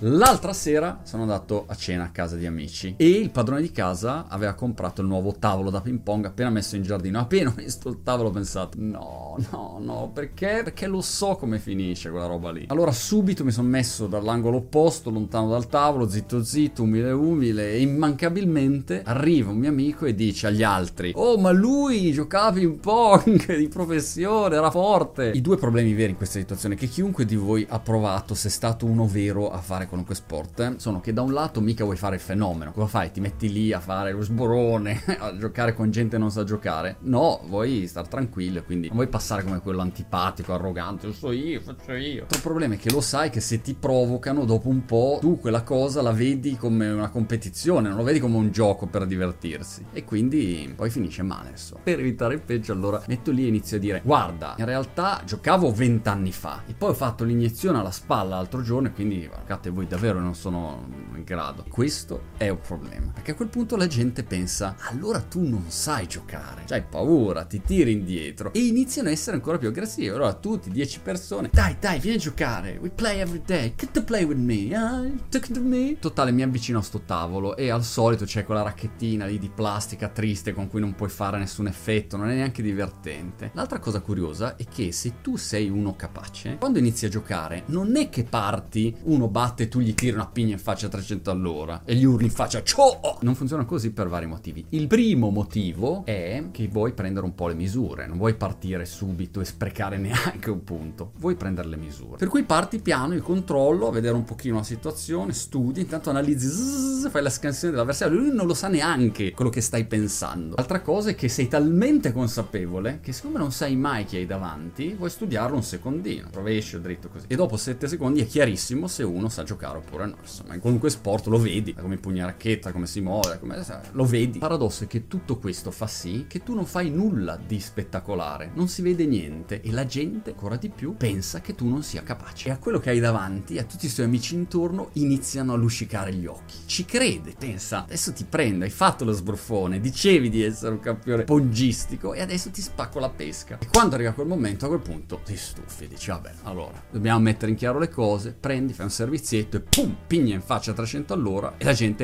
L'altra sera sono andato a cena a casa di amici e il padrone di casa aveva comprato il nuovo tavolo da ping pong appena messo in giardino. Appena ho visto il tavolo ho pensato no, perché? Perché lo so come finisce quella roba lì. Allora subito mi sono messo dall'angolo opposto, lontano dal tavolo, zitto, umile, e immancabilmente arriva un mio amico e dice agli altri: oh, ma lui giocava ping pong di professione, era forte. I due problemi veri in questa situazione, che chiunque di voi ha provato, se è stato uno vero, a fare qualunque sport, sono che da un lato mica vuoi fare il fenomeno. Cosa fai? Ti metti lì a fare lo sborone, a giocare con gente che non sa giocare? No, vuoi star tranquillo, quindi non vuoi passare come quello antipatico, arrogante, lo so io, faccio io. Il problema è che lo sai che se ti provocano, dopo un po' tu quella cosa la vedi come una competizione, non lo vedi come un gioco per divertirsi, e quindi poi finisce male. Per evitare il peggio, allora metto lì e inizio a dire: guarda, in realtà giocavo 20 anni fa e poi ho fatto l'iniezione alla spalla l'altro giorno e quindi guardate, voi davvero non sono in grado. Questo è un problema, perché a quel punto la gente pensa: allora tu non sai giocare, c'hai paura, ti tiri indietro, e iniziano a essere ancora più aggressivi. Allora tutti, 10 persone: dai, vieni a giocare, we play every day, get to play with me, take to me. Totale, mi avvicino a sto tavolo e al solito c'è quella racchettina lì di plastica triste con cui non puoi fare nessun effetto, non è neanche divertente. L'altra cosa curiosa è che se tu sei uno capace, quando inizi a giocare non è che parti, uno batte, tu gli tiri una pigna in faccia a 300 all'ora e gli urli in faccia ciò. Non funziona così per vari motivi. Il primo motivo è che vuoi prendere un po' le misure, non vuoi partire subito e sprecare neanche un punto, vuoi prendere le misure, per cui parti piano, il controllo, a vedere un pochino la situazione, studi, intanto analizzi, fai la scansione dell'avversario, lui non lo sa neanche quello che stai pensando. L'altra cosa è che sei talmente consapevole che siccome non sai mai chi hai davanti, vuoi studiarlo un secondino, rovescio, dritto, così, e dopo 7 secondi è chiarissimo se uno sa giocare oppure no. Insomma, in qualunque sport lo vedi, come impugna racchetta, come si muove, lo vedi. Il paradosso è che tutto questo fa sì che tu non fai nulla di spettacolare, non si vede niente e la gente ancora di più pensa che tu non sia capace, e a quello che hai davanti, a tutti i suoi amici intorno, iniziano a luccicare gli occhi. Ci crede, pensa: adesso ti prendo, hai fatto lo sbruffone, dicevi di essere un campione pongistico e adesso ti spacco la pesca. E quando arriva quel momento, a quel punto ti stufi, dici: vabbè, allora dobbiamo mettere in chiaro le cose, prendi, fai un servizietto e pum, pigna in faccia a 300 all'ora, e la gente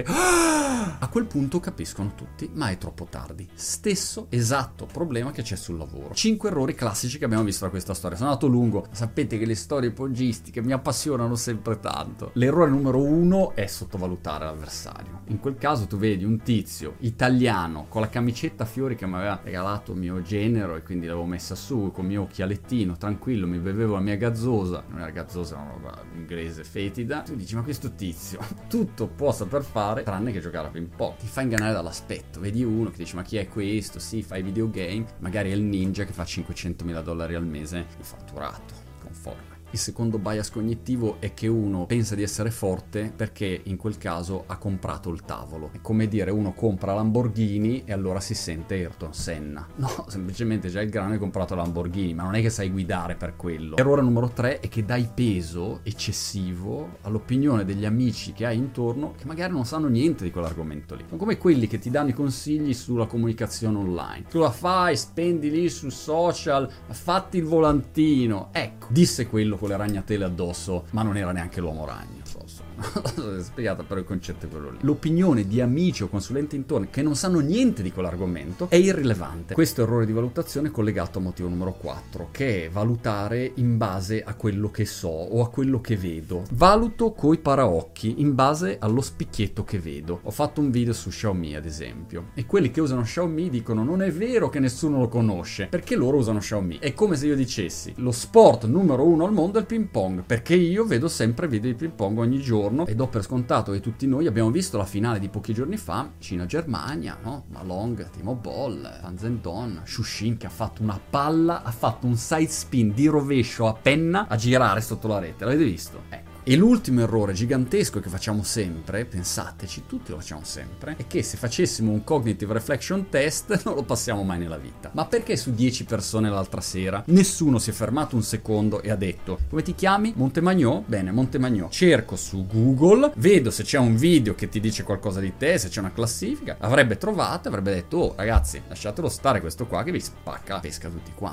a quel punto capiscono tutti, ma è troppo tardi. Stesso esatto problema che c'è sul lavoro. 5 errori classici che abbiamo visto da questa storia. Sono andato lungo, sapete che le storie pongistiche mi appassionano sempre tanto. L'errore numero 1 è sottovalutare l'avversario. In quel caso tu vedi un tizio italiano con la camicetta a fiori che mi aveva regalato mio genero e quindi l'avevo messa su con il mio occhialettino, tranquillo, mi bevevo la mia gazzosa, non era gazzosa, era una roba inglese fetida. Tu dici: ma questo tizio tutto può saper fare tranne che giocare a ping pong. Ti fa ingannare dall'aspetto, vedi uno che dice: ma chi è questo? Sì, fa i videogame, magari è il ninja che fa $500.000 al mese di fatturato, conforme. Il secondo bias cognitivo è che uno pensa di essere forte perché in quel caso ha comprato il tavolo. È come dire: uno compra Lamborghini e allora si sente Ayrton Senna. No, semplicemente già il grano hai comprato Lamborghini, ma non è che sai guidare per quello. Errore numero 3 è che dai peso eccessivo all'opinione degli amici che hai intorno, che magari non sanno niente di quell'argomento lì. Sono come quelli che ti danno i consigli sulla comunicazione online. Tu la fai, spendi lì su social, fatti il volantino. Ecco, disse quello con le ragnatele addosso, ma non era neanche l'uomo ragno. Non è spiegata, però il concetto è quello lì. L'opinione di amici o consulenti intorno che non sanno niente di quell'argomento è irrilevante. Questo errore di valutazione è collegato a motivo numero 4, che è valutare in base a quello che so o a quello che vedo. Valuto coi paraocchi in base allo spicchietto che vedo. Ho fatto un video su Xiaomi, ad esempio, e quelli che usano Xiaomi dicono: non è vero che nessuno lo conosce, perché loro usano Xiaomi. È come se io dicessi: lo sport numero 1 al mondo è il ping pong, perché io vedo sempre video di ping pong ogni giorno e do per scontato che tutti noi abbiamo visto la finale di pochi giorni fa, Cina-Germania, no? Malong, Timo Boll, Van Zendon, Shushin che ha fatto una palla, ha fatto un side spin di rovescio a penna a girare sotto la rete. L'avete visto? Ecco. E l'ultimo errore gigantesco che facciamo sempre, pensateci, tutti lo facciamo sempre, è che se facessimo un cognitive reflection test non lo passiamo mai nella vita. Ma perché su 10 persone l'altra sera nessuno si è fermato un secondo e ha detto: come ti chiami? Montemagnò? Bene, Montemagnò. Cerco su Google, vedo se c'è un video che ti dice qualcosa di te, se c'è una classifica. Avrebbe trovato, avrebbe detto: oh ragazzi, lasciatelo stare questo qua che vi spacca la pesca tutti quanti.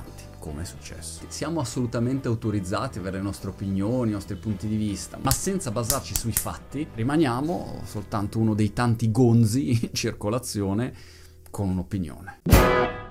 come è successo. Siamo assolutamente autorizzati a avere le nostre opinioni, i nostri punti di vista, ma senza basarci sui fatti rimaniamo soltanto uno dei tanti gonzi in circolazione con un'opinione.